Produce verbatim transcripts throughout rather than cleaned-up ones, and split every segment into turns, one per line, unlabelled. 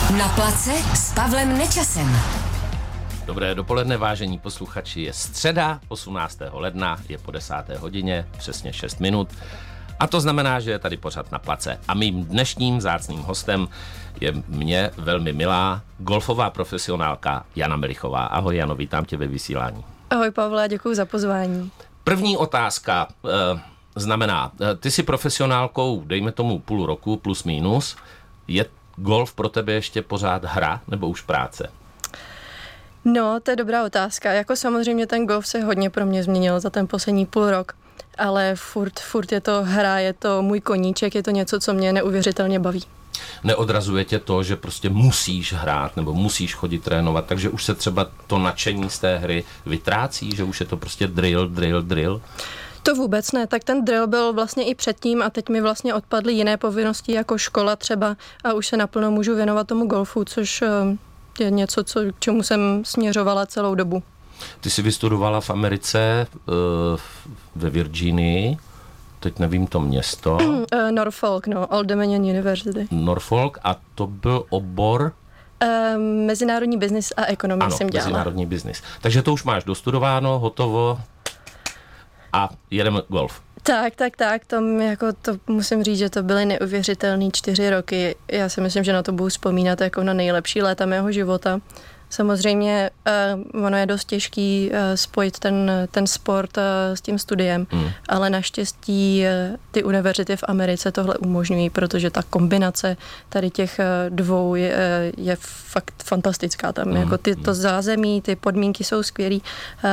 Na place s Pavlem Nečasem.
Dobré dopoledne, vážení posluchači, je středa, osmnáctého ledna, je po desáté hodině, přesně šest minut. A to znamená, že je tady pořad Na place. A mým dnešním vzácným hostem je mě velmi milá golfová profesionálka Jana Melichová. Ahoj Jano, vítám tě ve vysílání.
Ahoj Pavle, děkuji za pozvání.
První otázka e, znamená, ty jsi profesionálkou, dejme tomu půl roku, plus minus. Je golf pro tebe ještě pořád hra nebo už práce?
No, to je dobrá otázka. Jako samozřejmě ten golf se hodně pro mě změnil za ten poslední půl rok, ale furt, furt je to hra, je to můj koníček, je to něco, co mě neuvěřitelně baví.
Neodrazuje tě to, že prostě musíš hrát nebo musíš chodit trénovat, takže už se třeba to nadšení z té hry vytrácí, že už je to prostě drill, drill, drill?
To vůbec ne, tak ten drill byl vlastně i předtím a teď mi vlastně odpadly jiné povinnosti jako škola třeba a už se naplno můžu věnovat tomu golfu, což je něco, co, k čemu jsem směřovala celou dobu.
Ty jsi vystudovala v Americe, ve Virginii, teď nevím to město.
Norfolk, no, Old Dominion University.
Norfolk, a to byl obor?
Uh, mezinárodní biznis a ekonomii
ano,
jsem dělala.
mezinárodní biznis. Takže to už máš dostudováno, hotovo a jedeme golf.
Tak, tak, tak, to, jako to musím říct, že to byly neuvěřitelné čtyři roky. Já si myslím, že na to budu vzpomínat jako na nejlepší léta mého života. Samozřejmě uh, ono je dost těžký uh, spojit ten, ten sport uh, s tím studiem, mm. ale naštěstí uh, ty univerzity v Americe tohle umožňují, protože ta kombinace tady těch uh, dvou je, uh, je fakt fantastická. Tam mm. jako ty, to zázemí, ty podmínky jsou skvělý uh,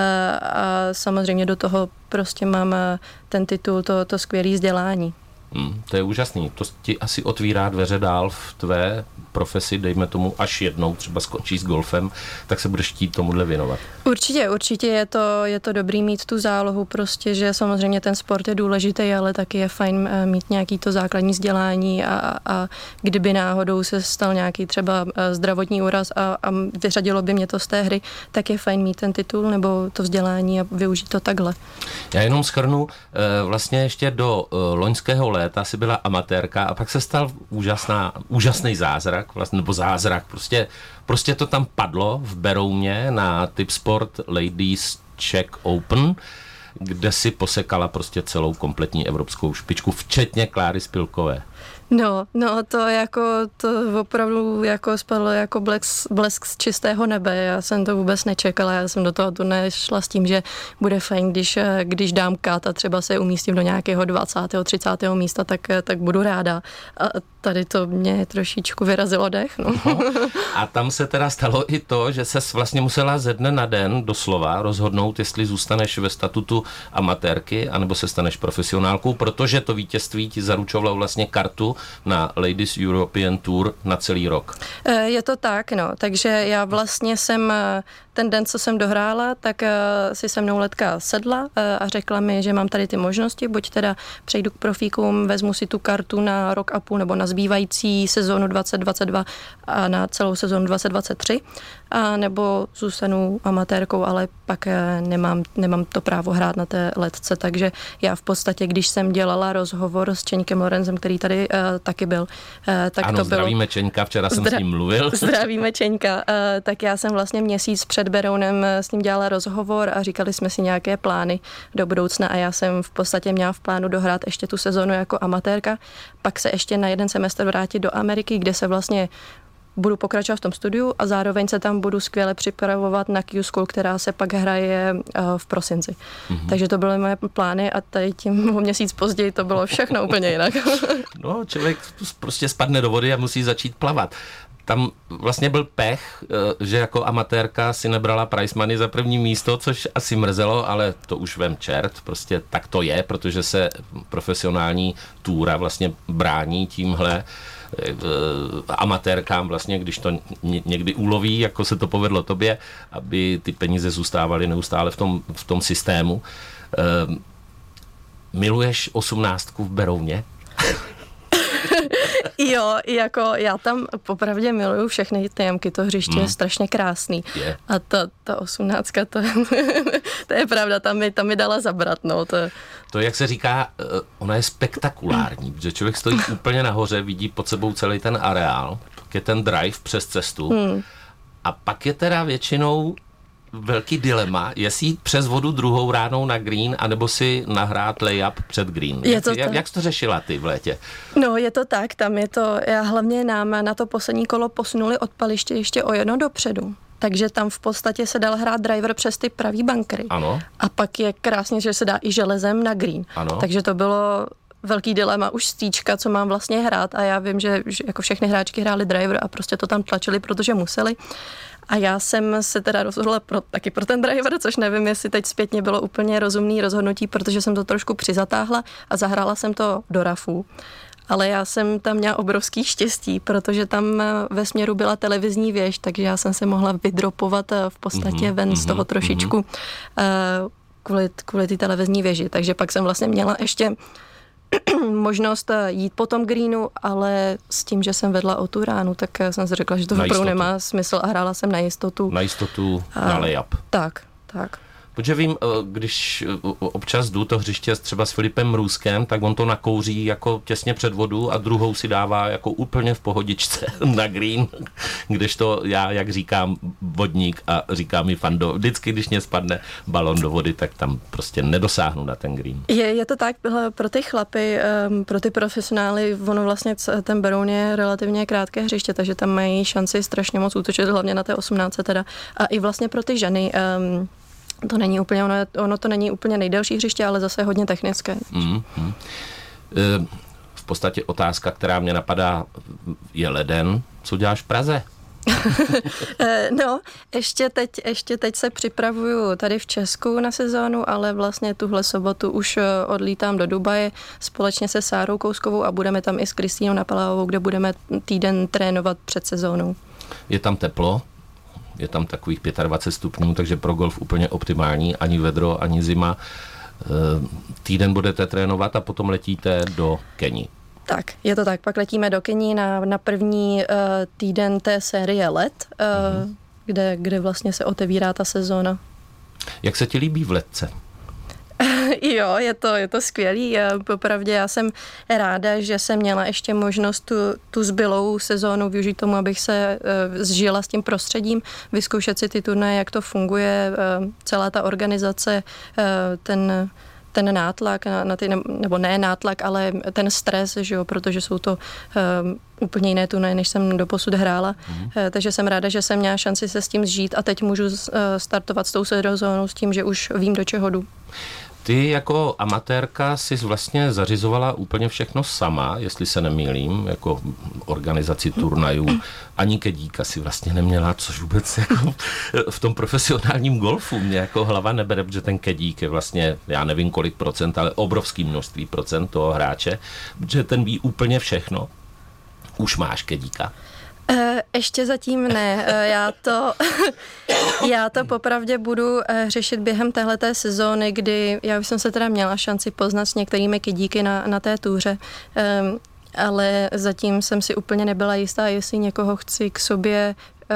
a samozřejmě do toho prostě mám uh, ten titul, to, to skvělé vzdělání.
Hmm, to je úžasný. To ti asi otvírá dveře dál v tvé profesi, dejme tomu, až jednou třeba skončí s golfem, tak se budeš chtít tomuhle věnovat.
Určitě, určitě je to, je to dobrý mít tu zálohu, prostě, že samozřejmě ten sport je důležitý, ale taky je fajn mít nějaký to základní vzdělání a, a kdyby náhodou se stal nějaký třeba zdravotní úraz a, a vyřadilo by mě to z té hry, tak je fajn mít ten titul nebo to vzdělání a využít to takhle.
Já jenom shrnu, vlastně ještě do loňského léta si byla amatérka a pak se stal úžasná, úžasný zázrak, vlastně, nebo zázrak, prostě, prostě to tam padlo v Berouně na Tipsport Ladies Czech Open, kde si posekala prostě celou kompletní evropskou špičku, včetně Kláry Spilkové.
No, no to jako, to opravdu jako spadlo jako blesk, blesk z čistého nebe. Já jsem to vůbec nečekala, já jsem do toho turnaje šla s tím, že bude fajn, když, když dám kat a třeba se umístím do nějakého dvacátého třicátého místa, tak, tak budu ráda. A tady to mě trošičku vyrazilo dech. No.
No, a tam se teda stalo i to, že ses vlastně musela ze dne na den doslova rozhodnout, jestli zůstaneš ve statutu amatérky, anebo se staneš profesionálkou, protože to vítězství ti zaručovalo vlastně kartu na Ladies European Tour na celý rok.
Je to tak, no. Takže já vlastně jsem ten den, co jsem dohrála, tak si se mnou letka sedla a řekla mi, že mám tady ty možnosti, buď teda přejdu k profíkům, vezmu si tu kartu na rok a půl nebo na zbývající sezónu dvacet dvacet dva a na celou sezónu dvacet dvacet tři, a nebo zůstanu amatérkou, ale pak nemám, nemám to právo hrát na té letce, takže já v podstatě, když jsem dělala rozhovor s Čeňkem Lorenzem, který tady uh, taky byl, uh, tak
ano,
to bylo...
zdravíme Čeňka, včera jsem
Zdra...
s ním mluvil.
Zdravíme Čeňka, uh, tak já jsem vlastně měsíc před Berounem s ním dělala rozhovor a říkali jsme si nějaké plány do budoucna a já jsem v podstatě měla v plánu dohrát ještě tu sezonu jako amatérka, pak se ještě na jeden semestr vrátit do Ameriky, kde se vlastně budu pokračovat v tom studiu a zároveň se tam budu skvěle připravovat na Q School, která se pak hraje v prosinci. Mm-hmm. Takže to byly moje plány a tady tím o měsíc později to bylo všechno úplně jinak.
No, člověk prostě spadne do vody a musí začít plavat. Tam vlastně byl pech, že jako amatérka si nebrala prize money za první místo, což asi mrzelo, ale to už vem čert, prostě tak to je, protože se profesionální túra vlastně brání tímhle amatérkám vlastně, když to někdy uloví, jako se to povedlo tobě, aby ty peníze zůstávaly neustále v tom, v tom systému. Miluješ osmnáctku v Berouně?
Jo, jako já tam popravdě miluju všechny ty jamky, to hřiště mm. je strašně krásný. Yeah. A ta, ta osmnáctka, to, to je pravda, tam mi, tam mi dala zabrat, no. To...
to, jak se říká, ona je spektakulární, protože člověk stojí úplně nahoře, vidí pod sebou celý ten areál, je ten drive přes cestu.
Hmm.
A pak je teda většinou velký dilema, jestli jít přes vodu druhou ránou na green, anebo si nahrát layup před green.
Je to
jak, jak jsi to řešila ty v létě?
No, je to tak, tam je to, já hlavně nám na to poslední kolo posunuli odpaliště ještě o jedno dopředu. Takže tam v podstatě se dal hrát driver přes ty pravý bunkry.
Ano.
A pak je krásně, že se dá i železem na green.
Ano.
Takže to bylo velký dilema už z týčka, co mám vlastně hrát, a já vím, že, že jako všechny hráčky hráli driver a prostě to tam tlačili, protože museli. A já jsem se teda rozhodla pro, taky pro ten driver, což nevím, jestli teď zpětně bylo úplně rozumný rozhodnutí, protože jsem to trošku přizatáhla a zahrála jsem to do rafu. Ale já jsem tam měla obrovský štěstí, protože tam ve směru byla televizní věž, takže já jsem se mohla vydropovat v podstatě ven z toho trošičku kvůli, kvůli té televizní věži. Takže pak jsem vlastně měla ještě možnost jít po tom greenu, ale s tím, že jsem vedla o tu ránu, tak jsem si řekla, že to opravdu nemá smysl a hrála jsem na jistotu.
Na jistotu na layup.
Tak, tak.
Protože vím, když občas jdu to hřiště třeba s Filipem Mrůzkem, tak on to nakouří jako těsně před vodu a druhou si dává jako úplně v pohodičce na green, kdežto já, jak říkám vodník a říká mi Fando, vždycky, když mě spadne balon do vody, tak tam prostě nedosáhnu na ten green.
Je, je to tak, pro ty chlapy, pro ty profesionály, ono vlastně ten Beroun je relativně krátké hřiště, takže tam mají šanci strašně moc útočit, hlavně na té osmnáctce teda. A i vlastně pro ty ženy, um, To není úplně, ono, ono to není úplně nejdelší hřiště, ale zase hodně technické.
Mm, mm. V podstatě otázka, která mě napadá, je leden. Co děláš v Praze?
No, ještě teď, ještě teď se připravuju tady v Česku na sezónu, ale vlastně tuhle sobotu už odlítám do Dubaje společně se Sárou Kouskovou a budeme tam i s Kristýnou Napalovou, kde budeme týden trénovat před sezónou.
Je tam teplo? Je tam takových dvacet pět stupňů, takže pro golf úplně optimální, ani vedro, ani zima. Týden budete trénovat a potom letíte do Keni.
Tak, je to tak. Pak letíme do Keni na, na první uh, týden té série let, uh, mm-hmm. kde, kde vlastně se otevírá ta sezóna.
Jak se ti líbí v letce?
Jo, je to, je to skvělý. Popravdě já jsem ráda, že jsem měla ještě možnost tu, tu zbylou sezónu využít tomu, abych se uh, zžila s tím prostředím, vyzkoušet si ty turnaje, jak to funguje, uh, celá ta organizace, uh, ten ten nátlak, na, na ty, nebo ne nátlak, ale ten stres, že jo, protože jsou to um, úplně jiné turnaje, než jsem doposud hrála. Mm. Uh, takže jsem ráda, že jsem měla šanci se s tím zžít a teď můžu uh, startovat s tou sezónou s tím, že už vím, do čeho jdu.
Ty jako amatérka jsi vlastně zařizovala úplně všechno sama, jestli se nemýlím, jako organizaci turnajů. Ani kedíka si vlastně neměla, což vůbec jako v tom profesionálním golfu mě jako hlava nebere, protože ten kedík je vlastně, já nevím kolik procent, ale obrovský množství procent toho hráče, protože ten ví úplně všechno. Už máš kedíka?
Ještě zatím ne. Já to, já to popravdě budu řešit během téhleté sezóny, kdy já už jsem se teda měla šanci poznat s některými kedíky na, na té túře, ale zatím jsem si úplně nebyla jistá, jestli někoho chci k sobě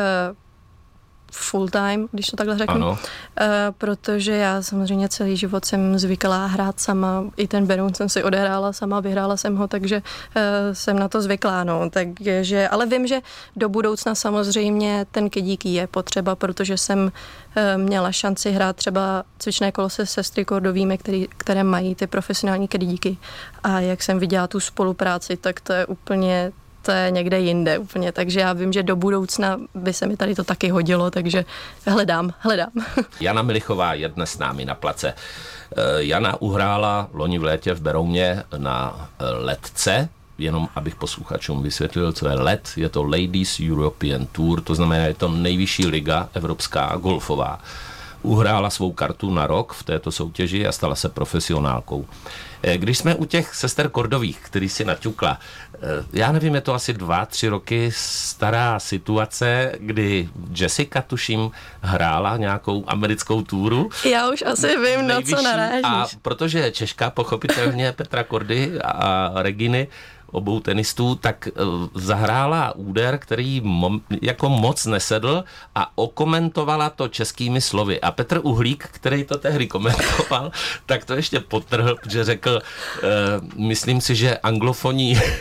full time, když to takhle řeknu. Ano. Uh, protože já samozřejmě celý život jsem zvyklá hrát sama, i ten Beroun jsem si odehrála sama, vyhrála jsem ho, takže uh, jsem na to zvyklá, no. Takže, ale vím, že do budoucna samozřejmě ten kedík je potřeba, protože jsem uh, měla šanci hrát třeba cvičné kolo se sestry Kordovými, který, které mají ty profesionální kedíky, a jak jsem viděla tu spolupráci, tak to je úplně to je někde jinde úplně, takže já vím, že do budoucna by se mi tady to taky hodilo, takže hledám, hledám.
Jana Milichová je dnes s námi na place. Jana uhrála loni v létě v Berouně na ledce, jenom abych posluchačům vysvětlil, co je led, je to Ladies European Tour, to znamená, je to nejvyšší liga evropská golfová. Uhrála svou kartu na rok v této soutěži a stala se profesionálkou. Když jsme u těch sester Kordových, který si naťukla, já nevím, je to asi dva, tři roky stará situace, kdy Jessica, tuším, hrála nějakou americkou túru.
Já už asi vím, na co narážíš.
A protože je Češka, pochopitelně Petra Kordy a Reginy, obou tenistů, tak uh, zahrála úder, který mo- jako moc nesedl a okomentovala to českými slovy. A Petr Uhlík, který to tehdy komentoval, tak to ještě podtrhl, protože řekl, uh, myslím si, že anglofoní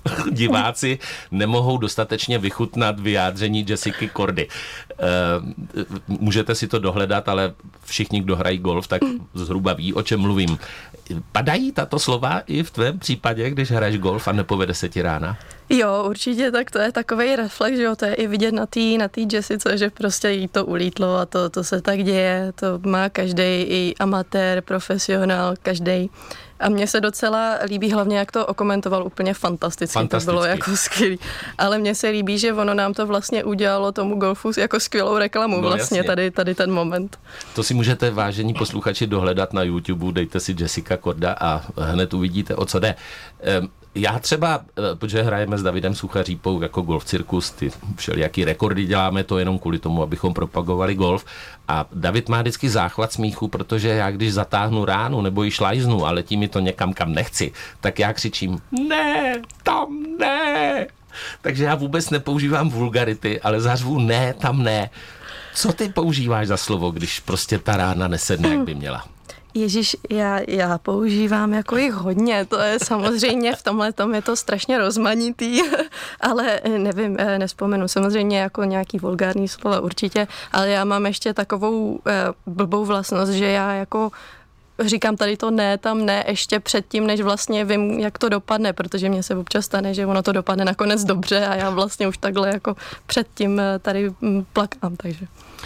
diváci nemohou dostatečně vychutnat vyjádření Jessiky Kordy. Můžete si to dohledat, ale všichni, kdo hrají golf, tak zhruba ví, o čem mluvím. Padají tato slova i v tvém případě, když hraješ golf a nepovede se ti rána?
Jo, určitě, tak to je takovej reflex, že jo, to je i vidět na té na tý Jessice, že prostě jí to ulítlo a to, to se tak děje, to má každý i amatér, profesionál, každý. A mně se docela líbí hlavně, jak to okomentoval úplně fantasticky, fantasticky. To bylo jako skvělý. Ale mně se líbí, že ono nám to vlastně udělalo tomu golfu jako skvělou reklamu, no, vlastně tady, tady ten moment.
To si můžete, vážení posluchači, dohledat na YouTube, dejte si Jessica Korda a hned uvidíte, o co jde. Já třeba, protože hrajeme s Davidem Suchařípou jako golf cirkus, ty všelijaký rekordy děláme to jenom kvůli tomu, abychom propagovali golf. A David má vždycky záchvat smíchu, protože já když zatáhnu ránu nebo ji šlajznu a letí mi to někam, kam nechci, tak já křičím ne, tam ne. Takže já vůbec nepoužívám vulgarity, ale zařvu ne, tam ne. Co ty používáš za slovo, když prostě ta rána nesedne, jak by měla?
Ježíš, já, já používám jako jich hodně, to je samozřejmě v tomhle tom je to strašně rozmanitý, ale nevím, nespomenu, samozřejmě jako nějaký vulgární slova určitě, ale já mám ještě takovou eh, blbou vlastnost, že já jako říkám tady to ne, tam ne, ještě předtím, než vlastně vím, jak to dopadne, protože mně se občas stane, že ono to dopadne nakonec dobře a já vlastně už takhle jako předtím tady plakám, takže.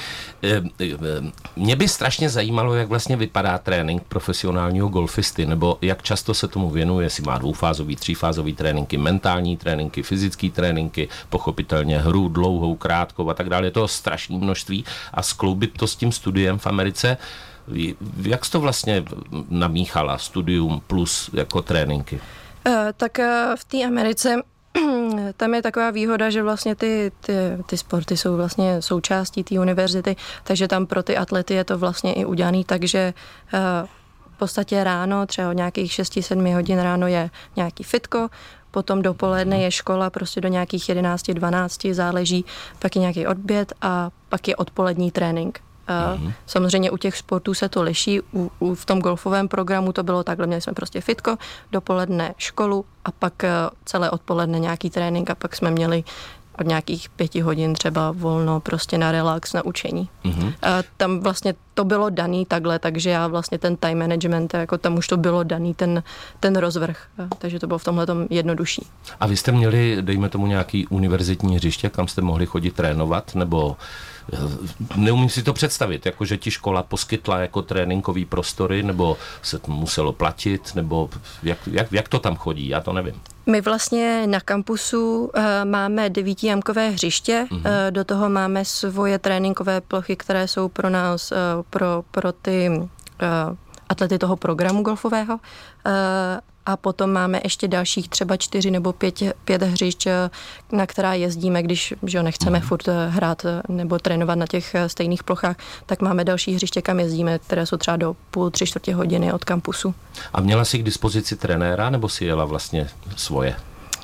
Mě by strašně zajímalo, jak vlastně vypadá trénink profesionálního golfisty, nebo jak často se tomu věnuje, jestli má dvoufázový, třífázový tréninky, mentální tréninky, fyzické tréninky, pochopitelně hru dlouhou, krátkou a tak dále. Je to strašné množství a skloubit to s tím studiem v Americe. Jak jsi to vlastně namíchala, studium plus jako tréninky?
Uh, tak uh, v té Americe tam je taková výhoda, že vlastně ty, ty, ty sporty jsou vlastně součástí té univerzity, takže tam pro ty atlety je to vlastně i udělaný, takže uh, v podstatě ráno, třeba od nějakých šest sedm hodin ráno je nějaký fitko, potom dopoledne je škola prostě do nějakých jedenáct dvanáct, záleží, pak je nějaký oběd a pak je odpolední trénink. Uh, samozřejmě u těch sportů se to liší, u, u, v tom golfovém programu to bylo takhle, měli jsme prostě fitko, dopoledne školu a pak uh, celé odpoledne nějaký trénink a pak jsme měli od nějakých pěti hodin třeba volno prostě na relax, na učení. Mm-hmm. Uh, tam vlastně to bylo daný takhle, takže já vlastně ten time management, jako tam už to bylo daný ten, ten rozvrh, uh, takže to bylo v tomhle tom jednodušší.
A vy jste měli, dejme tomu, nějaký univerzitní hřiště, kam jste mohli chodit trénovat, nebo neumím si to představit, jako že ti škola poskytla jako tréninkový prostory, nebo se to muselo platit, nebo jak, jak, jak to tam chodí, já to nevím.
My vlastně na kampusu uh, máme devítijámkové hřiště, mm-hmm. uh, do toho máme svoje tréninkové plochy, které jsou pro nás, uh, pro, pro ty uh, atlety toho programu golfového. Uh, A potom máme ještě dalších třeba čtyři nebo pět, pět hřišť, na která jezdíme, když že nechceme mm. furt hrát nebo trénovat na těch stejných plochách, tak máme další hřiště, kam jezdíme, které jsou třeba do půl, tři čtvrtě hodiny od kampusu.
A měla jsi k dispozici trenéra, nebo si jela vlastně svoje?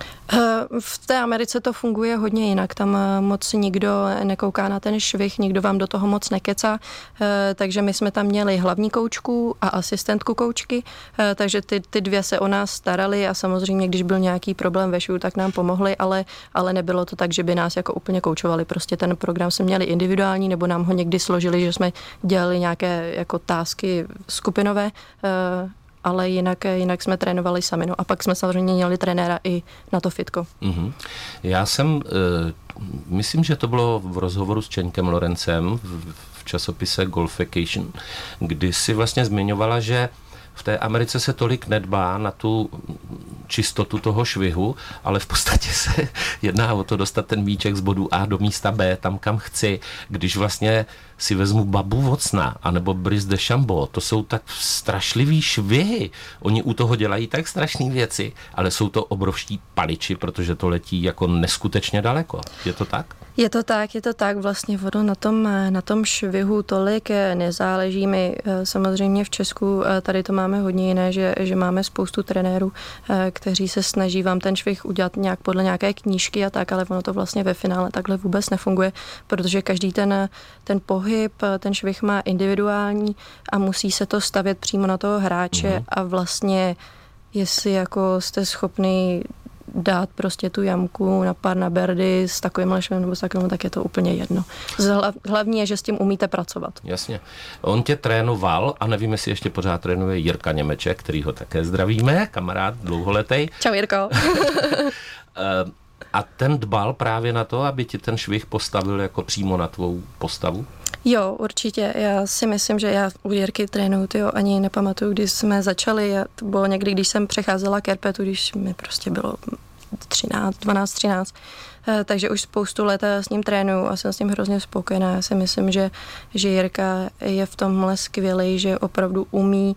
V té Americe to funguje hodně jinak, tam moc nikdo nekouká na ten švih, nikdo vám do toho moc nekecá, takže my jsme tam měli hlavní koučku a asistentku koučky, takže ty, ty dvě se o nás starali a samozřejmě, když byl nějaký problém ve švihu, tak nám pomohli, ale, ale nebylo to tak, že by nás jako úplně koučovali, prostě ten program jsme měli individuální, nebo nám ho někdy složili, že jsme dělali nějaké jako tásky skupinové, ale jinak, jinak jsme trénovali sami. No a pak jsme samozřejmě měli trenéra i na to fitko. Mm-hmm.
Já jsem, uh, myslím, že to bylo v rozhovoru s Čeňkem Lorencem v, v časopise Golf Vacation, kdy si vlastně zmiňovala, že v té Americe se tolik nedbá na tu čistotu toho švihu, ale v podstatě se jedná o to dostat ten míček z bodu A do místa B, tam kam chci. Když vlastně si vezmu Babu Vocna anebo Brice DeChambeau, to jsou tak strašlivý švihy. Oni u toho dělají tak strašné věci, ale jsou to obrovští paliči, protože to letí jako neskutečně daleko. Je to tak?
Je to tak, je to tak. Vlastně vodo na tom, na tom švihu tolik nezáleží. My samozřejmě v Česku tady to máme hodně jiné, že, že máme spoustu trenérů, kteří se snaží vám ten švih udělat nějak podle nějaké knížky a tak, ale ono to vlastně ve finále takhle vůbec nefunguje, protože každý ten, ten pohyb, ten švih má individuální a musí se to stavět přímo na toho hráče mm. a vlastně jestli jako jste schopný dát prostě tu jamku na pár na berdy s takovým švem nebo s takovým, tak je to úplně jedno. Hlavní je, že s tím umíte pracovat.
Jasně. On tě trénoval a nevím, jestli ještě pořád trénuje Jirka Němeček, který ho také zdravíme, kamarád dlouholetej.
Čau, Jirko.
A ten dbal právě na to, aby ti ten švih postavil jako přímo na tvou postavu?
Jo, určitě. Já si myslím, že já u Jirky trénuju, tyjo, ani nepamatuju, když jsme začali. Já, to bylo někdy, když jsem přecházela k Erpetu, když mi prostě bylo třináct, dvanáct, třináct. Takže už spoustu let s ním trénuju a jsem s ním hrozně spokojená. Já si myslím, že, že Jirka je v tomhle skvělý, že opravdu umí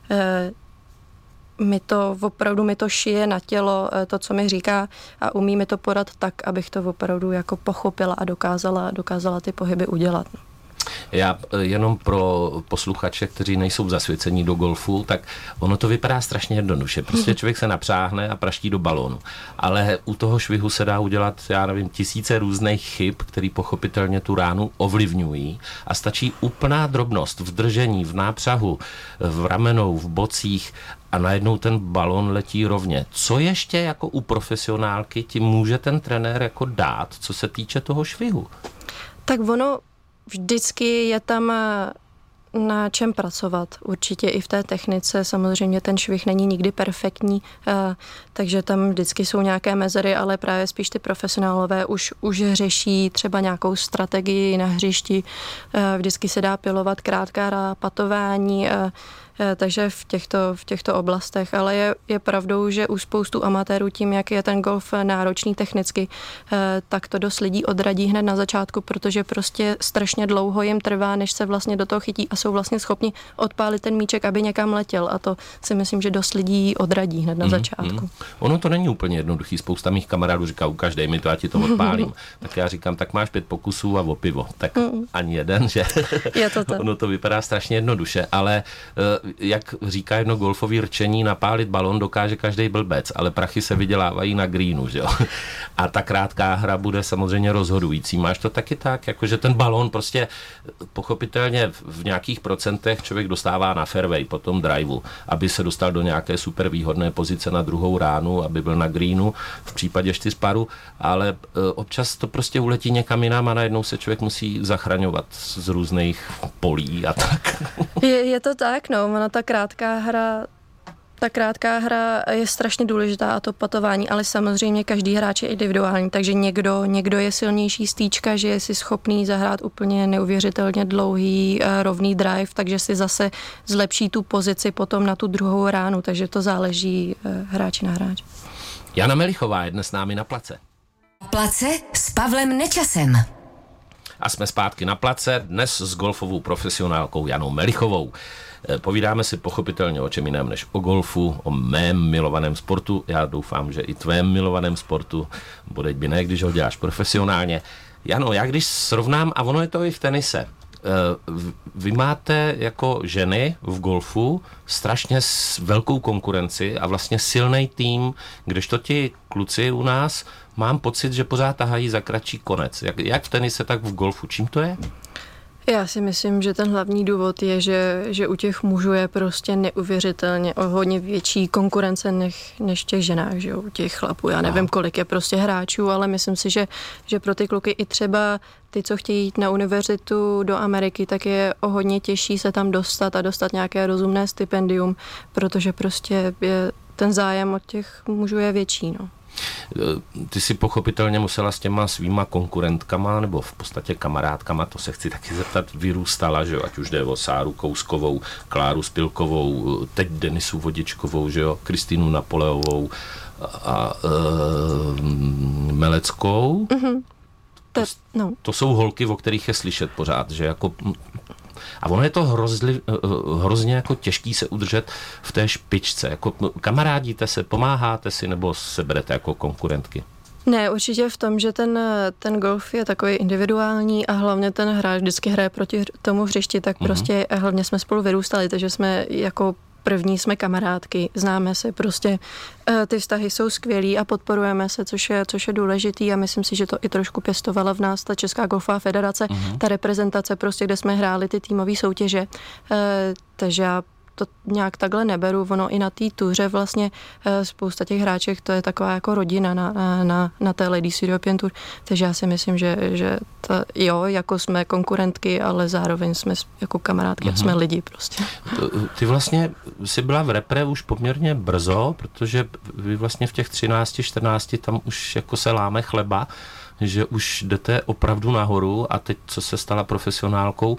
mi to, opravdu mi to šije na tělo, to, co mi říká, a umí mi to podat tak, abych to opravdu jako pochopila a dokázala, dokázala ty pohyby udělat.
Já jenom pro posluchače, kteří nejsou zasvěcení do golfu, tak ono to vypadá strašně jednoduše. Prostě člověk se napřáhne a praští do balónu. Ale u toho švihu se dá udělat, já nevím, tisíce různých chyb, který pochopitelně tu ránu ovlivňují, a stačí úplná drobnost v držení, v nápřahu, v ramenou, v bocích a najednou ten balón letí rovně. Co ještě jako u profesionálky ti může ten trenér jako dát, co se týče toho švihu?
Tak ono vždycky je tam na čem pracovat. Určitě i v té technice. Samozřejmě ten švih není nikdy perfektní, takže tam vždycky jsou nějaké mezery, ale právě spíš ty profesionálové už, už řeší třeba nějakou strategii na hřišti. Vždycky se dá pilovat krátká patování, takže v těchto, v těchto oblastech. Ale je, je pravdou, že u spoustu amatérů tím, jak je ten golf náročný technicky, tak to dost lidí odradí hned na začátku, protože prostě strašně dlouho jim trvá, než se vlastně do toho chytí a jsou vlastně schopni odpálit ten míček, aby někam letěl. A to si myslím, že dost lidí odradí hned na mm, začátku.
Mm. Ono to není úplně jednoduchý. Spousta mých kamarádů říká, ukaždej mi to, já ti to odpálím. Tak já říkám, tak máš pět pokusů a o pivo. Tak mm. ani jeden, že?
Je to tak.
Ono to vypadá strašně jednoduše, ale jak říká jedno golfové rčení, napálit balon dokáže každý blbec, ale prachy se vydělávají na greenu, že jo? A ta krátká hra bude samozřejmě rozhodující. Máš to taky tak, jakože ten balon prostě pochopitelně v nějakých procentech člověk dostává na fairway po tom driveu, aby se dostal do nějaké super výhodné pozice na druhou ránu, aby byl na greenu v případě čtyřparu, ale občas to prostě uletí někam jinam a najednou se člověk musí zachraňovat z různých polí a tak.
Je, je to tak, no, ona ta krátká hra, ta krátká hra je strašně důležitá a to patování, ale samozřejmě každý hráč je individuální, takže někdo, někdo je silnější stýčka, že je si schopný zahrát úplně neuvěřitelně dlouhý rovný drive, takže si zase zlepší tu pozici potom na tu druhou ránu, takže to záleží hráči na hráč.
Jana Melichová je dnes s námi na place.
Place s Pavlem Nečasem.
A jsme zpátky na place, dnes s golfovou profesionálkou Janou Melichovou. Povídáme si pochopitelně o čem jiném než o golfu, o mém milovaném sportu. Já doufám, že i tvém milovaném sportu, bodeď by ne, když ho děláš profesionálně. Jano, já když srovnám, a ono je to i v tenise, vy máte jako ženy v golfu strašně velkou konkurenci a vlastně silný tým, kdežto ti kluci u nás, mám pocit, že pořád tahají za kratší konec. Jak, jak v tenise, tak v golfu. Čím to je?
Já si myslím, že ten hlavní důvod je, že, že u těch mužů je prostě neuvěřitelně o hodně větší konkurence než, než v těch ženách, že jo, u těch chlapů. Já nevím, kolik je prostě hráčů, ale myslím si, že, že pro ty kluky i třeba ty, co chtějí jít na univerzitu do Ameriky, tak je o hodně těžší se tam dostat a dostat nějaké rozumné stipendium, protože prostě je, ten zájem od těch mužů je větší, no.
Ty si pochopitelně musela s těma svýma konkurentkama, nebo v podstatě kamarádkama, to se chci taky zeptat, vyrůstala, že jo, ať už jde o Sáru Kouskovou, Kláru Spilkovou, teď Denisu Vodičkovou, že jo, Kristýnu Napoleovou a uh, Meleckou. Mm-hmm. To, no. To jsou holky, o kterých je slyšet pořád, že jako... A ono je to hrozli, hrozně jako těžký se udržet v té špičce. Jako kamarádíte se, pomáháte si, nebo se berete jako konkurentky?
Ne, určitě v tom, že ten, ten golf je takový individuální a hlavně ten hráč vždycky hraje proti tomu hřišti, tak mm-hmm. prostě hlavně jsme spolu vyrůstali, takže jsme jako první jsme kamarádky, známe se, prostě ty vztahy jsou skvělý a podporujeme se, což je, což je důležitý a myslím si, že to i trošku pěstovala v nás ta Česká golfová federace, mm-hmm. ta reprezentace prostě, kde jsme hráli ty týmové soutěže, takže já to nějak takhle neberu, ono i na té tuře vlastně spousta těch hráček, to je taková jako rodina na, na, na té Ladies European Tour, takže já si myslím, že, že to, jo, jako jsme konkurentky, ale zároveň jsme jako kamarádky, mm-hmm. jsme lidi prostě.
Ty vlastně jsi byla v repre už poměrně brzo, protože vy vlastně v těch třinácti, čtrnácti tam už jako se láme chleba, že už jdete opravdu nahoru a teď, co se stala profesionálkou,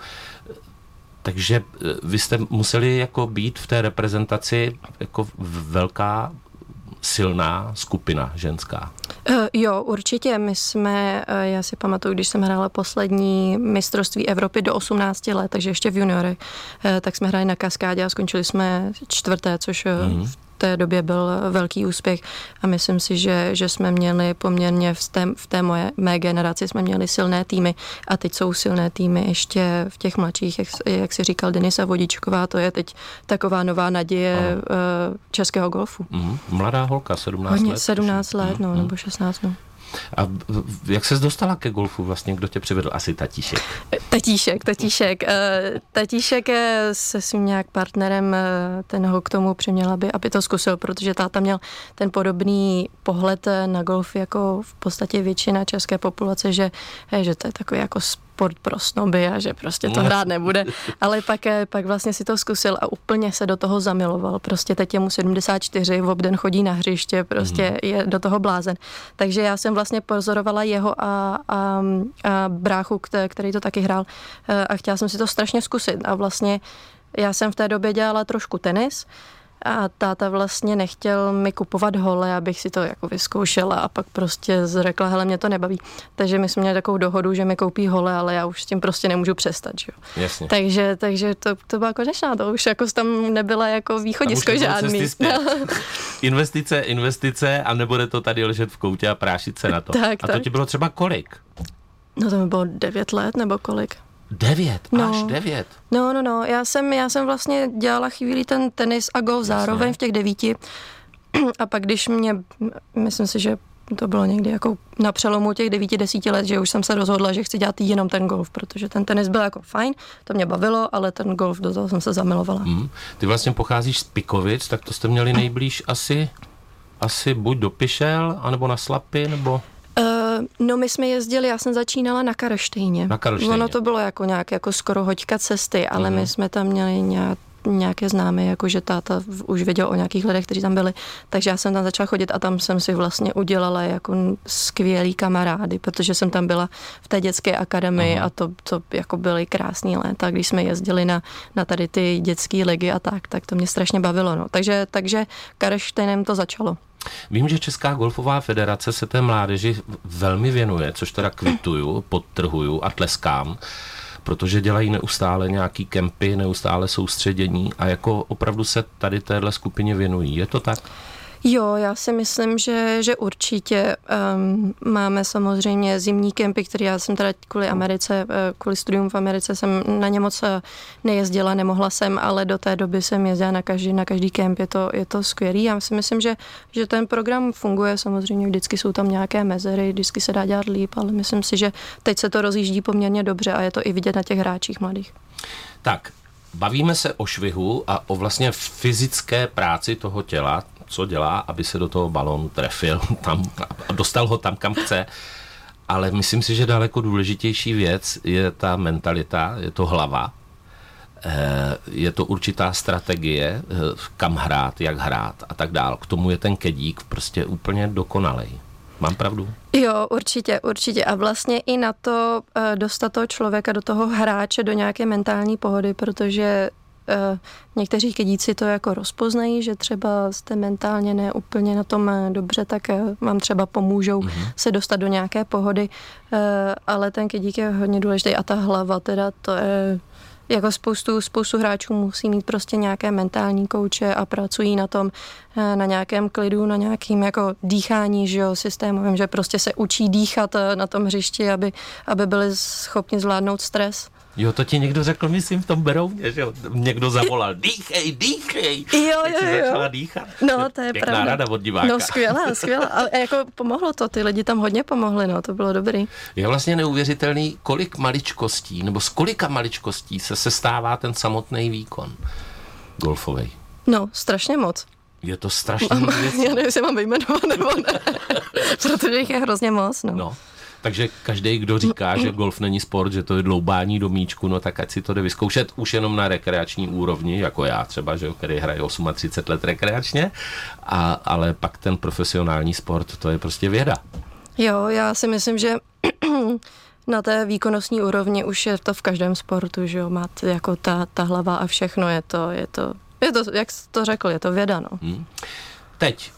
takže vy jste museli jako být v té reprezentaci jako velká, silná skupina ženská.
Uh, jo, určitě. My jsme, uh, já si pamatuju, když jsem hrála poslední mistrovství Evropy do osmnácti let, takže ještě v juniorech, uh, tak jsme hráli na kaskádě a skončili jsme čtvrté, což uh, mm. v té době byl velký úspěch a myslím si, že, že jsme měli poměrně v té, v té moje, mé generaci jsme měli silné týmy a teď jsou silné týmy ještě v těch mladších, jak, jak si říkal Denisa Vodičková, to je teď taková nová naděje uh, českého golfu.
Mm, mladá holka, sedmnáct
Hodně,
let.
sedmnáct let, no, mm. nebo šestnáct, no.
A jak ses dostala ke golfu vlastně? Kdo tě přivedl? Asi tatíšek.
Tatíšek, tatíšek. Tatíšek se svým nějak partnerem, ten ho k tomu přiměl, aby, aby to zkusil, protože táta měl ten podobný pohled na golf jako v podstatě většina české populace, že, že to je takový jako sport pro snoby a že prostě to hrát nebude. Ale pak, pak vlastně si to zkusil a úplně se do toho zamiloval. Prostě teď je mu sedmdesát čtyři, v obden chodí na hřiště, prostě mm. je do toho blázen. Takže já jsem vlastně pozorovala jeho a, a, a bráchu, který to taky hrál a chtěla jsem si to strašně zkusit. A vlastně já jsem v té době dělala trošku tenis a táta vlastně nechtěl mi kupovat hole, abych si to jako vyzkoušela a pak prostě řekla, hele, mě to nebaví. Takže my jsme měli takovou dohodu, že mi koupí hole, ale já už s tím prostě nemůžu přestat, že jo.
Jasně.
Takže, takže to, to byla konečná, to už jako tam nebyla jako východisko žádný.
Investice, investice a nebude to tady ležet v koutě a prášit se na to.
Tak,
a
tak.
to ti bylo třeba kolik?
No to mi bylo devět let nebo kolik.
Devět,
no.
až devět.
No, no, no, já jsem, já jsem vlastně dělala chvíli ten tenis a golf zároveň v těch devíti a pak když mě, myslím si, že to bylo někdy jako na přelomu těch devíti, desíti let, že už jsem se rozhodla, že chci dělat jenom ten golf, protože ten tenis byl jako fajn, to mě bavilo, ale ten golf, do toho jsem se zamilovala. Mm.
Ty vlastně pocházíš z Pikovic, tak to jste měli nejblíž asi, asi buď do Pišel, anebo na Slapy, nebo...
No my jsme jezdili, já jsem začínala na Karlštejně.
Na Karlštejně.
Ono to bylo jako nějak jako skoro hoďka cesty, ale mm. my jsme tam měli nějak, nějaké známé, jakože táta už věděl o nějakých lidech, kteří tam byli, takže já jsem tam začala chodit a tam jsem si vlastně udělala jako skvělý kamarády, protože jsem tam byla v té dětské akademii mm. a to, to jako byly krásný léta, když jsme jezdili na, na tady ty dětské ligy a tak, tak to mě strašně bavilo. No. Takže, takže Karlštejnem to začalo.
Vím, že Česká golfová federace se té mládeži velmi věnuje, což teda kvituju, podtrhuju a tleskám, protože dělají neustále nějaký kempy, neustále soustředění a jako opravdu se tady téhle skupině věnují. Je to tak?
Jo, já si myslím, že, že určitě um, máme samozřejmě zimní kempy, které já jsem teda kvůli Americe, kvůli studium v Americe jsem na ně moc nejezdila, nemohla jsem, ale do té doby jsem jezdila na každý, na každý kemp, je to, je to skvělý. Já si myslím, že, že ten program funguje, samozřejmě vždycky jsou tam nějaké mezery, vždycky se dá dělat líp, ale myslím si, že teď se to rozjíždí poměrně dobře a je to i vidět na těch hráčích mladých.
Tak, bavíme se o švihu a o vlastně fyzické práci toho těla, co dělá, aby se do toho balónu trefil tam a dostal ho tam, kam chce. Ale myslím si, že daleko důležitější věc je ta mentalita, je to hlava, je to určitá strategie, kam hrát, jak hrát a tak dál. K tomu je ten kedík prostě úplně dokonalej. Mám pravdu?
Jo, určitě, určitě. A vlastně i na to dostat toho člověka, do toho hráče, do nějaké mentální pohody, protože Uh, někteří kedíci to jako rozpoznají, že třeba jste mentálně ne úplně na tom dobře, tak uh, vám třeba pomůžou mm-hmm. se dostat do nějaké pohody, uh, ale ten kedík je hodně důležitý a ta hlava teda to je jako spoustu, spoustu hráčů musí mít prostě nějaké mentální kouče a pracují na tom, uh, na nějakém klidu, na nějakým jako dýchání, že jo, systémovým, že prostě se učí dýchat uh, na tom hřišti, aby, aby byli schopni zvládnout stres.
Jo, to ti někdo řekl, myslím, v tom Berouně, že jo? Někdo zavolal, dýchej, dýchej.
Jo, jo, jo.
Tak si začala dýchat.
No, to je
pěkná
pravda.
rada od diváka.
No, skvělá, skvělá. A jako pomohlo to, ty lidi tam hodně pomohli, no, to bylo dobrý.
Je vlastně neuvěřitelný, kolik maličkostí, nebo z kolika maličkostí se sestává ten samotný výkon. golfovej?
No, strašně moc.
Je to strašně moc věcí.
Já nevím, jestli mám vyjmenovat nebo ne, protože jich je hrozně moc. No.
no. Takže každý, kdo říká, že golf není sport, že to je dloubání do míčku, no tak ať si to jde vyzkoušet už jenom na rekreační úrovni, jako já třeba, že, který hraje třicet osm let rekreačně, a, ale pak ten profesionální sport, to je prostě věda.
Jo, já si myslím, že na té výkonnostní úrovni už je to v každém sportu, že jo, máte jako ta, ta hlava a všechno, je to, je to, je to, jak jsi to řekl, je to věda, no. Hmm.
Teď,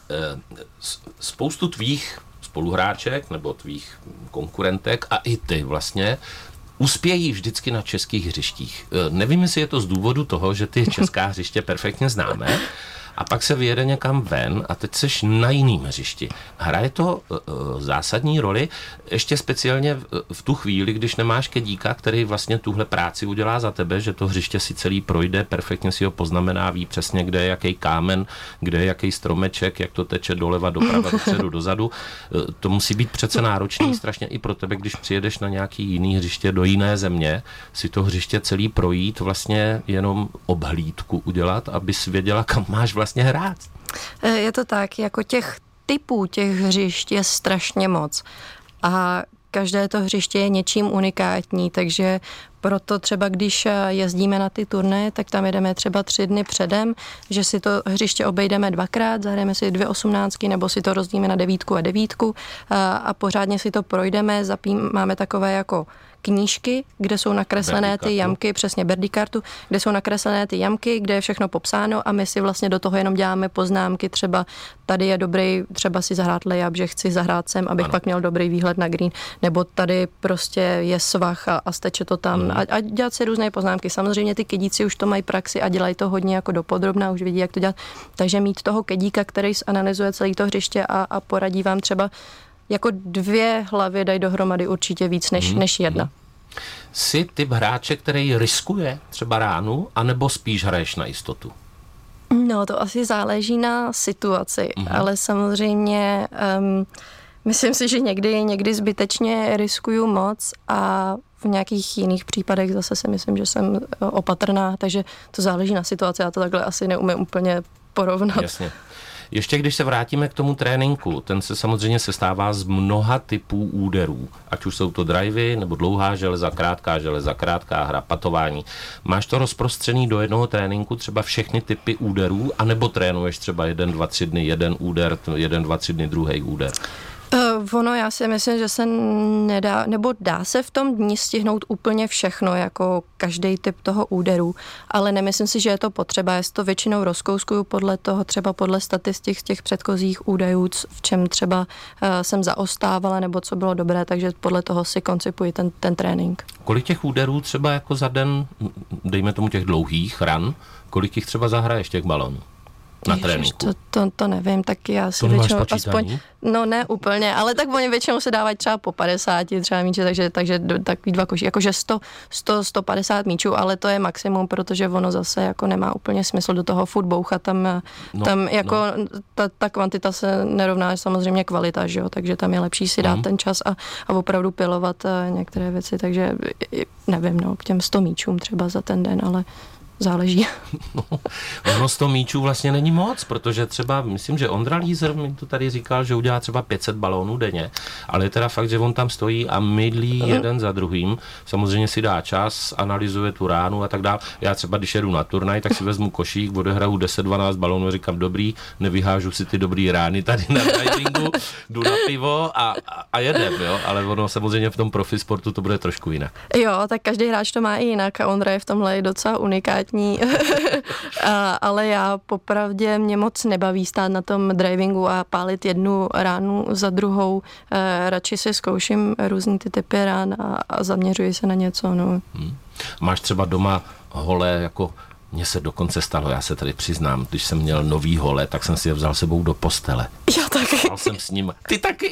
spoustu tvých spoluhráček nebo tvých konkurentek a i ty vlastně uspějí vždycky na českých hřištích. Nevím, jestli je to z důvodu toho, že ty česká hřiště perfektně známe, a pak se vyjede někam ven a teď seš na jiným hřišti. Hraje to uh, zásadní roli, ještě speciálně v, v tu chvíli, když nemáš kedíka, který vlastně tuhle práci udělá za tebe, že to hřiště si celý projde, perfektně si ho poznamená, ví přesně, kde je jaký kámen, kde je jaký stromeček, jak to teče doleva, doprava, dopředu, dozadu. Uh, to musí být přece náročný strašně i pro tebe, když přijedeš na nějaký jiný hřiště do jiné země, si to hřiště celý projít, vlastně jenom obhlídku udělat, abys věděla, kam máš vlastně vlastně hrát.
Je to tak, jako těch typů těch hřišť je strašně moc a každé to hřiště je něčím unikátní, takže proto třeba když jezdíme na ty turné, tak tam jedeme třeba tři dny předem, že si to hřiště obejdeme dvakrát, zahrajeme si dvě osmnáctky nebo si to rozdíme na devítku a devítku a, a pořádně si to projdeme, zapím, máme takové jako knížky, kde jsou nakreslené ty jamky, přesně Berdikartu, kde jsou nakreslené ty jamky, kde je všechno popsáno a my si vlastně do toho jenom děláme poznámky, třeba tady je dobrý, třeba si zahrát layup, že chci zahrát sem, abych ano. pak měl dobrý výhled na green, nebo tady prostě je svah a, a steče to tam hmm. a, a dělat si různé poznámky. Samozřejmě ty kedíci už to mají praxi a dělají to hodně jako dopodrobna, už vidí, jak to dělat, takže mít toho kedíka, který zanalizuje celé to hřiště a, a poradí vám třeba jako dvě hlavy dají dohromady určitě víc než, hmm. než jedna.
Jsi typ hráče, který riskuje třeba ránu, anebo spíš hraješ na jistotu?
No, to asi záleží na situaci, hmm. ale samozřejmě um, myslím si, že někdy, někdy zbytečně riskuju moc a v nějakých jiných případech zase si myslím, že jsem opatrná, takže to záleží na situaci, já to takhle asi neumím úplně porovnat.
Jasně. Ještě když se vrátíme k tomu tréninku, ten se samozřejmě sestává z mnoha typů úderů. Ať už jsou to drivey, nebo dlouhá železa, krátká železa, krátká hra, patování. Máš to rozprostřený do jednoho tréninku, třeba všechny typy úderů, anebo trénuješ třeba jeden, dva, tři dny, jeden úder, jeden, dva, tři dny, druhý úder?
Uh, ono, já si myslím, že se nedá, nebo dá se v tom dni stihnout úplně všechno, jako každý typ toho úderu, ale nemyslím si, že je to potřeba. Já si to většinou rozkouskuju podle toho, třeba podle statistik z těch předchozích údajů, v čem třeba uh, jsem zaostávala, nebo co bylo dobré, takže podle toho si koncipuji ten, ten trénink.
Kolik těch úderů třeba jako za den, dejme tomu těch dlouhých ran, kolik jich třeba zahraješ těch balonů? Na
Ježiš,
tréninku.
To, to, to nevím, tak já si
to
většinou aspoň, no ne úplně, ale tak oni většinou se dávají třeba po padesáti třeba míče, takže, takže takový dva koši, jakože sto, sto, sto padesát míčů, ale to je maximum, protože ono zase jako nemá úplně smysl do toho furt bouchat, tam, no, tam jako no. ta, ta kvantita se nerovná samozřejmě kvalita, že jo, takže tam je lepší si dát mm. ten čas a, a opravdu pilovat některé věci, takže nevím, no, k těm sto míčům třeba za ten den, ale záleží.
No, ono sto míčů vlastně není moc, protože třeba, myslím, že Ondra Lízer mi to tady říkal, že udělá třeba pět set balónů denně, ale je teda fakt, že on tam stojí a mydlí mm. jeden za druhým, samozřejmě si dá čas, analyzuje tu ránu a tak dále. Já třeba, když jedu na turnaj, tak si vezmu košík, odehraju deset dvanáct balónů a říkám, dobrý, nevyhážu si ty dobrý rány tady na drivingu, jdu na pivo a, a jedem, jo, ale ono samozřejmě v tom profi sportu to bude trošku jinak.
Jo, tak každý hráč to má i jinak a Ondra je v tomhle docela unikátní. a, ale já popravdě mě moc nebaví stát na tom drivingu a pálit jednu ránu za druhou. E, radši si zkouším různý ty typy rán a, a zaměřuji se na něco. No.
Hmm. Máš třeba doma hole, jako mně se dokonce stalo, já se tady přiznám, když jsem měl nový hole, tak jsem si je vzal sebou do postele.
Já taky.
Stál jsem s ním. Ty taky?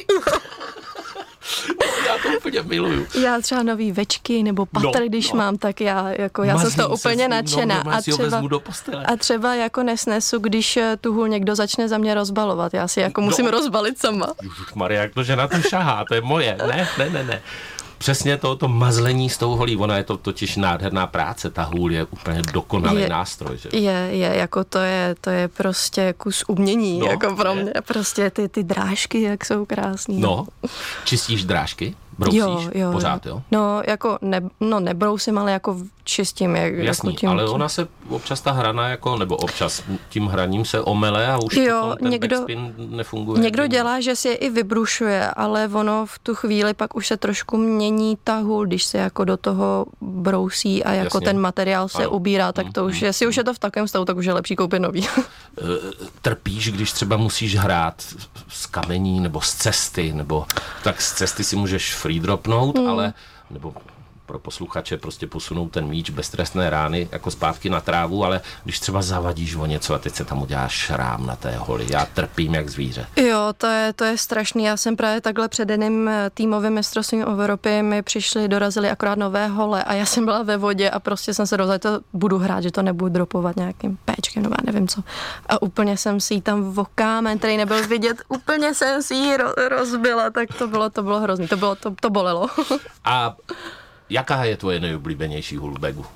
Já to úplně miluju.
Já třeba nový večky nebo patr, no, když no. mám, tak já, jako, já jsem to úplně nadšená.
No, a, třeba, do postele.
a třeba jako nesnesu, když tu hůl někdo začne za mě rozbalovat. Já si jako musím no. rozbalit sama.
Ježišmarja, jak to, že na to šahá, to je moje. Ne, ne, ne, ne. přesně to, to mazlení s tou holí, ona je to totiž nádherná práce, ta hůl je úplně dokonalý je, nástroj, že?
Je, je, jako to je, to je prostě kus umění, no, jako pro mě, prostě ty, ty drážky, jak jsou krásný.
No, čistíš drážky? Brousíš? Jo, jo, pořád, jo?
No, jako ne, no, nebrousím, ale jako čistím. Jak,
Jasný,
jako tím,
ale
tím.
ona se občas ta hrana, jako, nebo občas tím hraním se omele a už
jo,
potom ten
někdo,
backspin nefunguje.
Někdo dělá, že si je i vybrušuje, ale ono v tu chvíli pak už se trošku mění ta hůl, když se jako do toho brousí a jako Jasně. ten materiál se ano. ubírá, tak to už, jestli už je to v takovém stavu, tak už je lepší koupit nový.
Trpíš, když třeba musíš hrát z kamení nebo z cesty, nebo tak z cesty si můžeš free dropnout, hmm. ale nebo pro posluchače prostě posunout ten míč bez trestné rány jako zpátky na trávu, ale když třeba zavadíš o něco a teď se tam uděláš šrám na té holi, já trpím jak zvíře.
Jo, to je, to je strašný. Já jsem právě takhle před jedným týmovým mistrovstvím Evropy, mi přišli, dorazili akorát nové hole a já jsem byla ve vodě a prostě jsem se rozhodla, to budu hrát, že to nebudu dropovat nějakým péčkem, nebo já nevím co. A úplně jsem si ji tam v kámen, který nebyl vidět, úplně jsem si ji rozbila, tak to bylo, to bylo hrozný, to, bylo, to, to bolelo.
A jaká je tvoje nejoblíbenější hůl v bagu?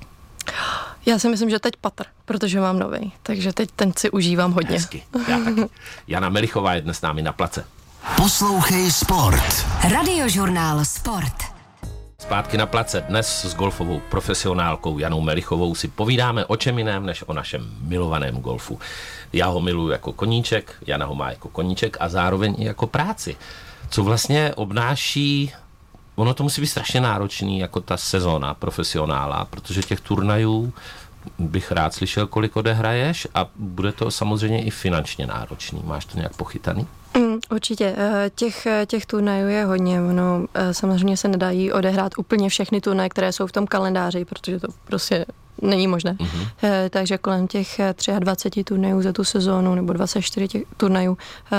Já si myslím, že teď patr, protože mám novej, takže teď ten si užívám hodně.
Hezky, já taky. Jana Melichová je dnes s námi na place.
Poslouchej Sport. Radiožurnál Sport.
Zpátky na place. Dnes s golfovou profesionálkou Janou Melichovou si povídáme o čem jiném, než o našem milovaném golfu. Já ho miluji jako koníček, Jana ho má jako koníček a zároveň i jako práci. Co vlastně obnáší. Ono to musí být strašně náročný, jako ta sezóna profesionála, protože těch turnajů bych rád slyšel, kolik odehraješ a bude to samozřejmě i finančně náročný. Máš to nějak pochytaný?
Mm, určitě. Těch, těch turnajů je hodně. No, samozřejmě se nedají odehrát úplně všechny turnaje, které jsou v tom kalendáři, protože to prostě není možné. Mm-hmm. Takže kolem těch dvacet tři turnajů za tu sezónu nebo dvacet čtyři těch turnajů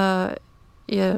je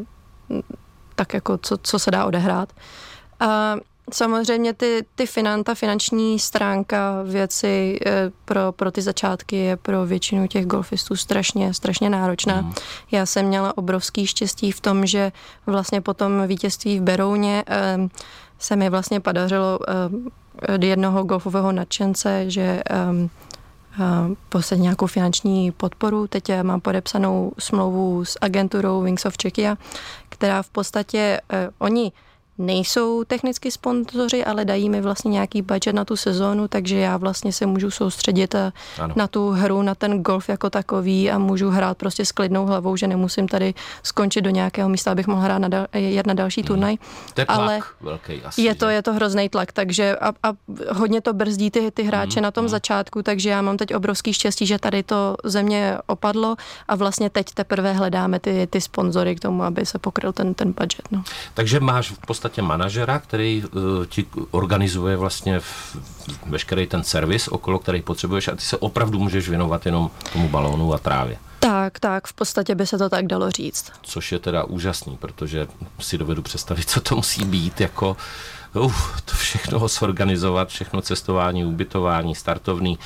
tak jako co, co se dá odehrát. A samozřejmě ty, ty finan, ta finanční stránka věci pro, pro ty začátky je pro většinu těch golfistů strašně, strašně náročná. Mm. Já jsem měla obrovský štěstí v tom, že vlastně po tom vítězství v Berouně eh, se mi vlastně podařilo eh, jednoho golfového nadšence, že eh, posledně nějakou finanční podporu. Teď mám podepsanou smlouvu s agenturou Wings of Czechia, která v podstatě eh, oni nejsou technicky sponzoři, ale dají mi vlastně nějaký budget na tu sezónu, takže já vlastně se můžu soustředit ano. na tu hru, na ten golf jako takový a můžu hrát prostě s klidnou hlavou, že nemusím tady skončit do nějakého místa, abych mohla hrát na dal- jet na další hmm. turnaj.
To je tlak ale velký asi.
Je to, je to hrozný tlak, takže a, a hodně to brzdí ty, ty hráče hmm. na tom hmm. začátku, takže já mám teď obrovský štěstí, že tady to ze mě opadlo a vlastně teď teprve hledáme ty, ty sponzory k tomu, aby se pokryl ten, ten budget. No.
Takže máš v podstatě manažera, který uh, ti organizuje vlastně v, veškerý ten servis, okolo který potřebuješ a ty se opravdu můžeš věnovat jenom tomu balónu a trávě.
Tak, tak, v podstatě by se to tak dalo říct.
Což je teda úžasný, protože si dovedu představit, co to musí být, jako uf, to všechno zorganizovat, všechno cestování, ubytování, startovný,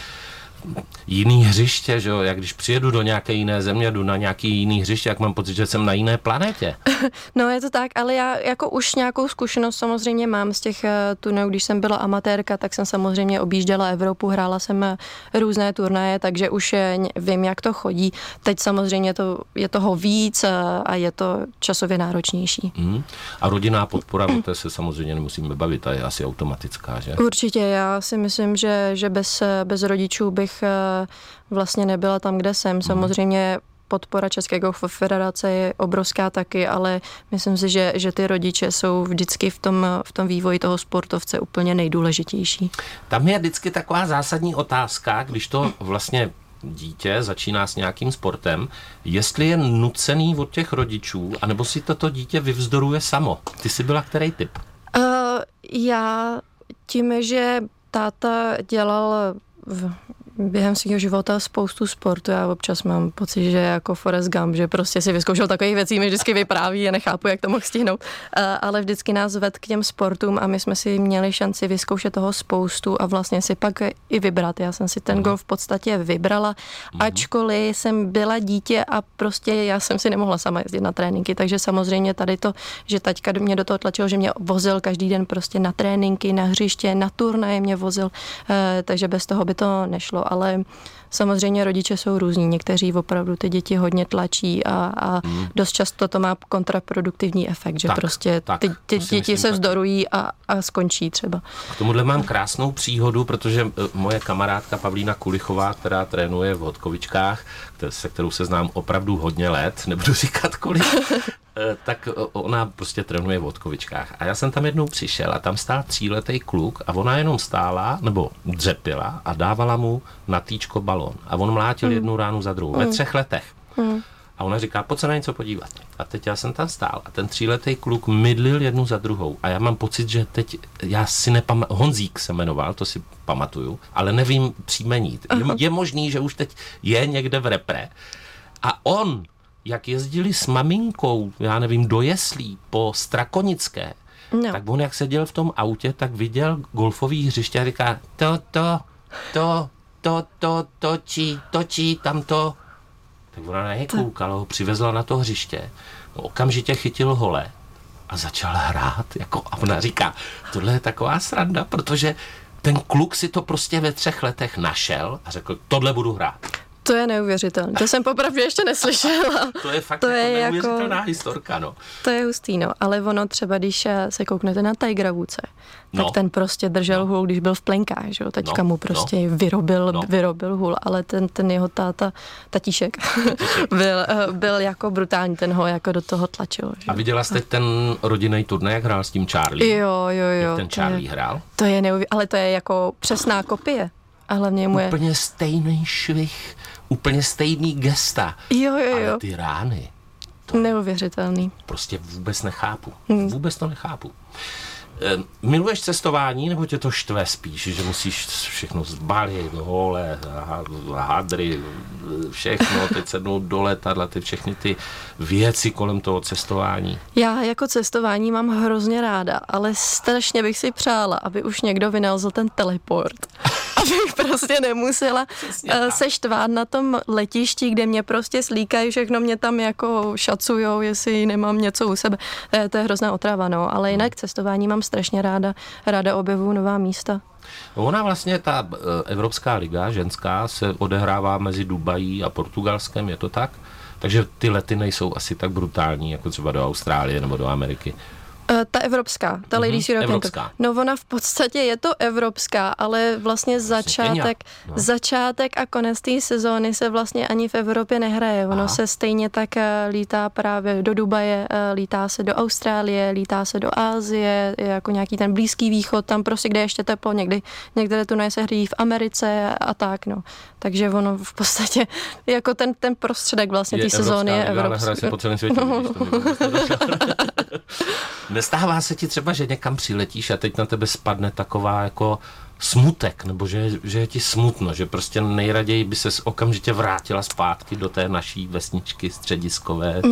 jiný hřiště, že jo, jak když přijedu do nějaké jiné země, jdu na nějaký jiný hřiště, jak mám pocit, že jsem na jiné planetě.
No je to tak, ale já jako už nějakou zkušenost samozřejmě mám z těch turnajů, když jsem byla amatérka, tak jsem samozřejmě objížděla Evropu, hrála jsem různé turnaje, takže už vím, jak to chodí. Teď samozřejmě to, je toho víc a je to časově náročnější. Mm.
A rodinná podpora, o té se samozřejmě nemusíme bavit, ta je asi automatická, že?
Určitě, já si myslím, že, že bez, bez rodičů bych vlastně nebyla tam, kde jsem. Samozřejmě podpora České golfové federace je obrovská taky, ale myslím si, že, že ty rodiče jsou vždycky v tom, v tom vývoji toho sportovce úplně nejdůležitější.
Tam je vždycky taková zásadní otázka, když to vlastně dítě začíná s nějakým sportem, jestli je nucený od těch rodičů, anebo si toto dítě vyvzdoruje samo. Ty jsi byla který typ?
Uh, já tím, že táta dělal v během svého života spoustu sportu. Já občas mám pocit, že jako Forrest Gump, že prostě si vyzkoušel takových věcí, mi vždycky vypráví a nechápu, jak to mohl stihnout. Ale vždycky nás ved k těm sportům a my jsme si měli šanci vyzkoušet toho spoustu a vlastně si pak i vybrat. Já jsem si ten uh-huh. golf v podstatě vybrala, uh-huh. ačkoliv jsem byla dítě a prostě já jsem si nemohla sama jezdit na tréninky, takže samozřejmě tady to, že taťka mě do toho tlačil, že mě vozil každý den prostě na tréninky, na hřiště, na turnaje mě vozil, takže bez toho by to nešlo, ale samozřejmě rodiče jsou různí, někteří opravdu ty děti hodně tlačí a, a hmm. dost často to má kontraproduktivní efekt, že tak, prostě tak, ty, ty děti myslím, se vzdorují a, a skončí třeba.
K tomuhle mám krásnou příhodu, protože moje kamarádka Pavlína Kulichová, která trénuje v Hodkovičkách, se kterou se znám opravdu hodně let, nebudu říkat kolik, tak ona prostě trénuje v Hodkovičkách. A já jsem tam jednou přišel a tam stál tříletý kluk a ona jenom stála, nebo dřepila a dávala mu na týčko balón. A on mlátil mm. jednu ránu za druhou. Mm. Ve třech letech. Mm. A ona říká, pojď se na něco podívat. A teď já jsem tam stál a ten tříletý kluk mydlil jednu za druhou. A já mám pocit, že teď, já si nepamatuju, Honzík se jmenoval, to si pamatuju, ale nevím příjmení. Je, je možný, že už teď je někde v repre. A on, jak jezdili s maminkou, já nevím, do jeslí po Strakonické, no. tak on jak seděl v tom autě, tak viděl golfový hřiště a říká, to, to, to, to, to, točí, točí, tam to. Tak ona na něj koukala, ho přivezla na to hřiště, okamžitě chytil hole a začal hrát. Jako, a ona říká, tohle je taková sranda, protože ten kluk si to prostě ve třech letech našel a řekl, tohle budu hrát.
To je neuvěřitelné. To jsem popravdě ještě neslyšela.
To je fakt to jako je neuvěřitelná jako, historka, no.
To je hustý, no. Ale ono třeba, když se kouknete na Tigera Woodse, tak no. ten prostě držel no. hůl, když byl v plenkách, že jo. Teďka no. mu prostě no. vyrobil, no. vyrobil hůl, ale ten, ten jeho táta, tatíšek, byl, byl jako brutální, ten ho jako do toho tlačil. Že?
A viděla jste ten rodinný turnaj, jak hrál s tím Charlie?
Jo, jo, jo.
Jak ten Charlie
je,
hrál?
To je neuvěřitelné, ale to je jako přesná kopie. A hlavně mu je...
Úplně stejný švih, úplně stejný gesta.
Jo, jo, jo.
Ale ty rány.
Neuvěřitelný.
Prostě vůbec nechápu. Hmm. Vůbec to nechápu. E, miluješ cestování, nebo tě to štve spíš, že musíš všechno zbalit, hole, hadry, všechno, teď sednout do letadla, ty všechny ty věci kolem toho cestování?
Já jako cestování mám hrozně ráda, ale strašně bych si přála, aby už někdo vynalezl ten teleport. Abych prostě nemusela uh, se štvát na tom letišti, kde mě prostě slíkají, všechno mě tam jako šacujou, jestli nemám něco u sebe. To je, to je hrozná otrava, no. Ale jinak cestování mám strašně ráda. Ráda objevuju nová místa.
Ona vlastně, ta Evropská liga ženská se odehrává mezi Dubají a Portugalskem, je to tak? Takže ty lety nejsou asi tak brutální, jako třeba do Austrálie nebo do Ameriky.
Ta evropská, ta Ladies mm-hmm, European Cup. No ona v podstatě je to evropská, ale vlastně začátek, no. začátek a konec té sezóny se vlastně ani v Evropě nehraje. Ono Aha. se stejně tak lítá právě do Dubaje, lítá se do Austrálie, lítá se do Asie, jako nějaký ten Blízký východ, tam prostě, kde ještě teplo, někdy, některé turnaje se hrají v Americe a tak, no. Takže ono v podstatě, jako ten, ten prostředek vlastně té sezóny je evropský. Nehraje se
po celém světě, Nestává se ti třeba, že někam přiletíš a teď na tebe spadne taková jako smutek, nebo že, že je ti smutno, že prostě nejraději by ses okamžitě vrátila zpátky do té naší vesničky střediskové?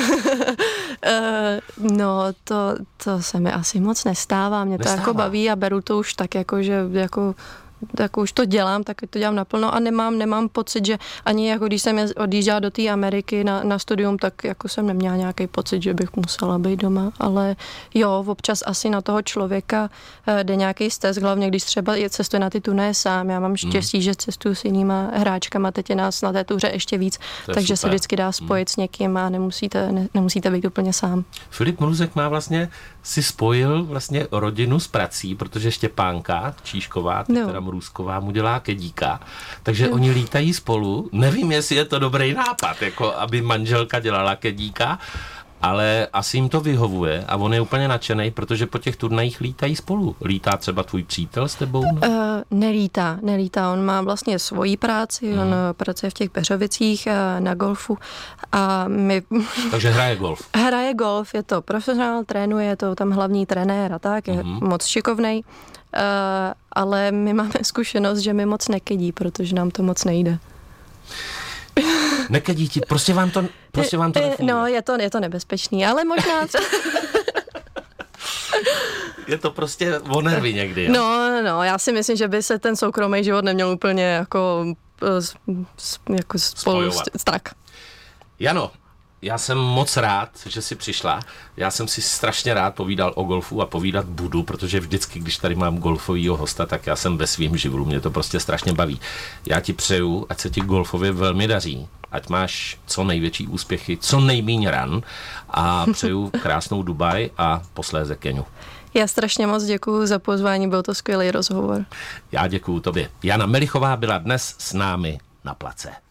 No, to, to se mi asi moc nestává. Mě nestává. To jako baví a beru to už tak jako, že jako tak už to dělám, tak to dělám naplno a nemám, nemám pocit, že ani jako když jsem odjížděla do té Ameriky na, na studium, tak jako jsem neměla nějaký pocit, že bych musela být doma, ale jo, občas asi na toho člověka jde nějaký stres, hlavně když třeba je cestuje na ty turnaje sám. Já mám štěstí, mm. že cestuju s jinýma hráčkama, teď je nás na té tuře ještě víc, takže super. Se vždycky dá spojit mm. s někým a nemusíte, ne, nemusíte být úplně sám.
Filip Mruzek má vlastně, si spojil vlastně rodinu s prací, protože Štěpánka Číšková, no. teda Mrůzková mu dělá kedíka, takže no. oni lítají spolu. Nevím, jestli je to dobrý nápad, jako aby manželka dělala kedíka, ale asi jim to vyhovuje a on je úplně nadšený, protože po těch turnajích lítají spolu. Lítá třeba tvůj přítel s tebou? No?
Uh, nelítá, nelítá. On má vlastně svoji práci, hmm. on pracuje v těch Peřovicích uh, na golfu a my...
Takže hraje golf.
Hraje golf, je to profesionál, trénuje, je to tam hlavní trenér a tak, je hmm. moc šikovnej, uh, ale my máme zkušenost, že mi moc nekedí, protože nám to moc nejde.
Nekedí ti, prostě vám to, prostě vám to nefunguje.
No, je to, je to nebezpečný, ale možná...
Je to prostě o nervy někdy. Jo?
No, no, já si myslím, že by se ten soukromý život neměl úplně jako, jako spolu... Tak.
Jano, já jsem moc rád, že jsi přišla. Já jsem si strašně rád povídal o golfu a povídat budu, protože vždycky, když tady mám golfovýho hosta, tak já jsem ve svým živlu, mě to prostě strašně baví. Já ti přeju, ať se ti golfově velmi daří, ať máš co největší úspěchy, co nejmíň ran a přeju krásnou Dubaj a posléze Keniu.
Já strašně moc děkuju za pozvání, byl to skvělý rozhovor.
Já děkuju tobě. Jana Melichová byla dnes s námi na place.